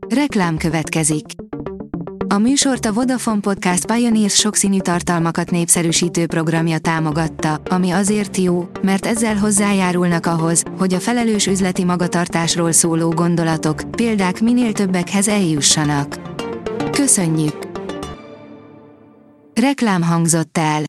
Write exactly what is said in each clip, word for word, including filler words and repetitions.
Reklám következik. A műsort a Vodafone Podcast Pioneers sokszínű tartalmakat népszerűsítő programja támogatta, ami azért jó, mert ezzel hozzájárulnak ahhoz, hogy a felelős üzleti magatartásról szóló gondolatok, példák minél többekhez eljussanak. Köszönjük! Reklám hangzott el.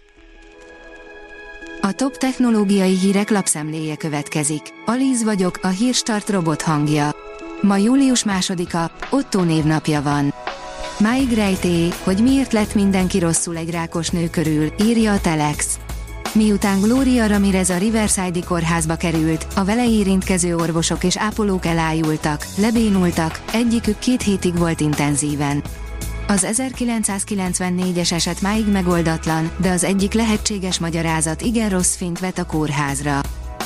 A top technológiai hírek lapszemléje következik. Alíz vagyok, a Hírstart robot hangja. Ma július másodika, Ottó névnapja van. Máig rejtély, hogy miért lett mindenki rosszul egy rákos nő körül, írja a Telex. Miután Gloria Ramirez a Riverside-i kórházba került, a vele érintkező orvosok és ápolók elájultak, lebénultak, egyikük két hétig volt intenzíven. Az ezerkilencszázkilencvennégyes eset máig megoldatlan, de az egyik lehetséges magyarázat igen rossz fényt vet a kórházra.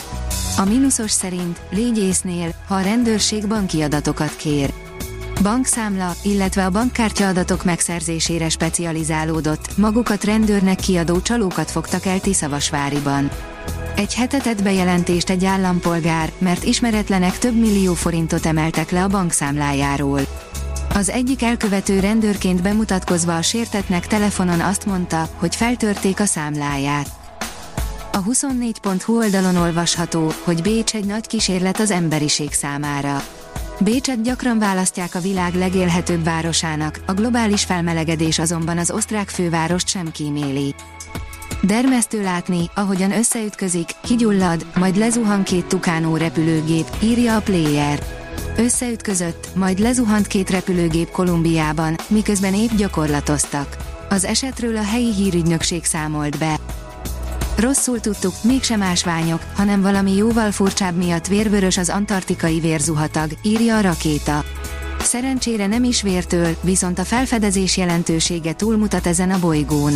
A mínuszos szerint légy észnél, ha a rendőrség banki adatokat kér. Bankszámla, illetve a bankkártya adatok megszerzésére specializálódott, magukat rendőrnek kiadó csalókat fogtak el Tiszavasváriban. Egy hete tett bejelentést egy állampolgár, mert ismeretlenek több millió forintot emeltek le a bankszámlájáról. Az egyik elkövető rendőrként bemutatkozva a sértettnek telefonon azt mondta, hogy feltörték a számláját. A huszonnégy pont hu oldalon olvasható, hogy Bécs egy nagy kísérlet az emberiség számára. Bécset gyakran választják a világ legélhetőbb városának, a globális felmelegedés azonban az osztrák fővárost sem kíméli. Dermesztő látni, ahogyan összeütközik, kigyullad, majd lezuhan két Tucano repülőgép, írja a Player. Összeütközött, majd lezuhant két repülőgép Kolumbiában, miközben épp gyakorlatoztak. Az esetről a helyi hírügynökség számolt be. Rosszul tudtuk, mégsem ásványok, hanem valami jóval furcsább miatt vérvörös az antarktikai vérzuhatag, írja a Rakéta. Szerencsére nem is vértől, viszont a felfedezés jelentősége túlmutat ezen a bolygón.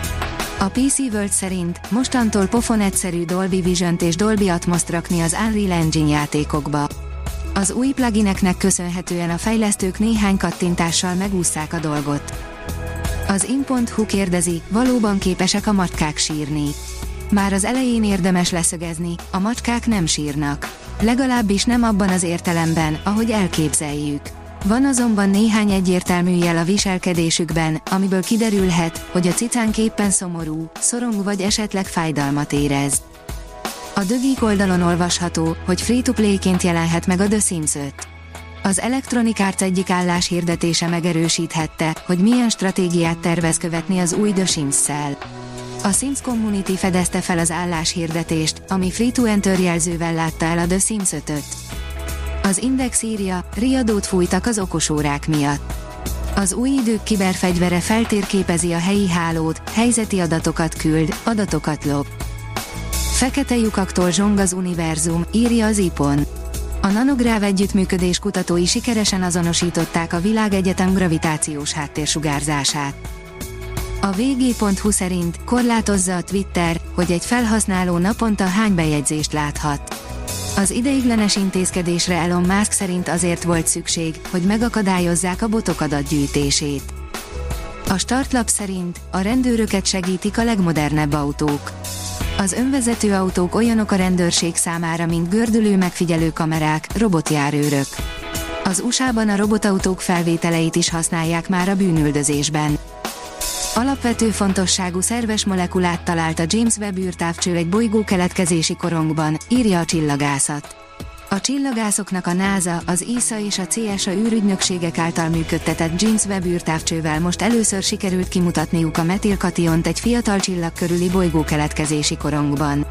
A pé cé World szerint mostantól pofon egyszerű Dolby Vision-t és Dolby Atmos-t rakni az Unreal Engine játékokba. Az új plugineknek köszönhetően a fejlesztők néhány kattintással megússzák a dolgot. Az in pont hu kérdezi, valóban képesek a macskák sírni. Már az elején érdemes leszögezni, a macskák nem sírnak. Legalábbis nem abban az értelemben, ahogy elképzeljük. Van azonban néhány egyértelmű jel a viselkedésükben, amiből kiderülhet, hogy a cicánk éppen szomorú, szorong vagy esetleg fájdalmat érez. A The Geek oldalon olvasható, hogy free-to-play-ként jelenhet meg a The Sims öt. Az Electronic Arts egyik álláshirdetése megerősíthette, hogy milyen stratégiát tervez követni az új The Sims-szel. A Sims Community fedezte fel az álláshirdetést, ami free-to-enter jelzővel látta el a The Sims ötöt. Az Index írja, riadót fújtak az okosórák miatt. Az új idők kiberfegyvere feltérképezi a helyi hálót, helyzeti adatokat küld, adatokat lop. Fekete lyukaktól zsong az univerzum, írja az ipon. A nanográv együttműködés kutatói sikeresen azonosították a világegyetem gravitációs háttérsugárzását. A vé gé pont hu szerint korlátozza a Twitter, hogy egy felhasználó naponta hány bejegyzést láthat. Az ideiglenes intézkedésre Elon Musk szerint azért volt szükség, hogy megakadályozzák a botok adatgyűjtését. A startlap szerint a rendőröket segítik a legmodernebb autók. Az önvezető autók olyanok a rendőrség számára, mint gördülő megfigyelő kamerák, robotjárőrök. Az u es á-ban a robotautók felvételeit is használják már a bűnüldözésben. Alapvető fontosságú szerves molekulát talált a James Webb űrtávcső egy bolygó keletkezési korongban, írja a Csillagászat. A csillagászoknak a NASA, az é es á és a cé es á űrügynökségek által működtetett James Webb űrtávcsővel most először sikerült kimutatniuk a metilkationt egy fiatal csillag körüli bolygó keletkezési korongban.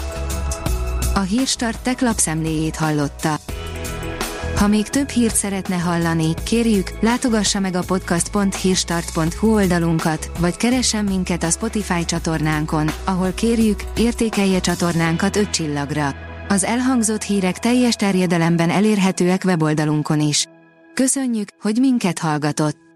A Hírstart tech lapszemléjét hallotta. Ha még több hírt szeretne hallani, kérjük, látogassa meg a podcast pont hírstart pont hu oldalunkat, vagy keressen minket a Spotify csatornánkon, ahol kérjük, értékelje csatornánkat öt csillagra. Az elhangzott hírek teljes terjedelemben elérhetőek weboldalunkon is. Köszönjük, hogy minket hallgatott!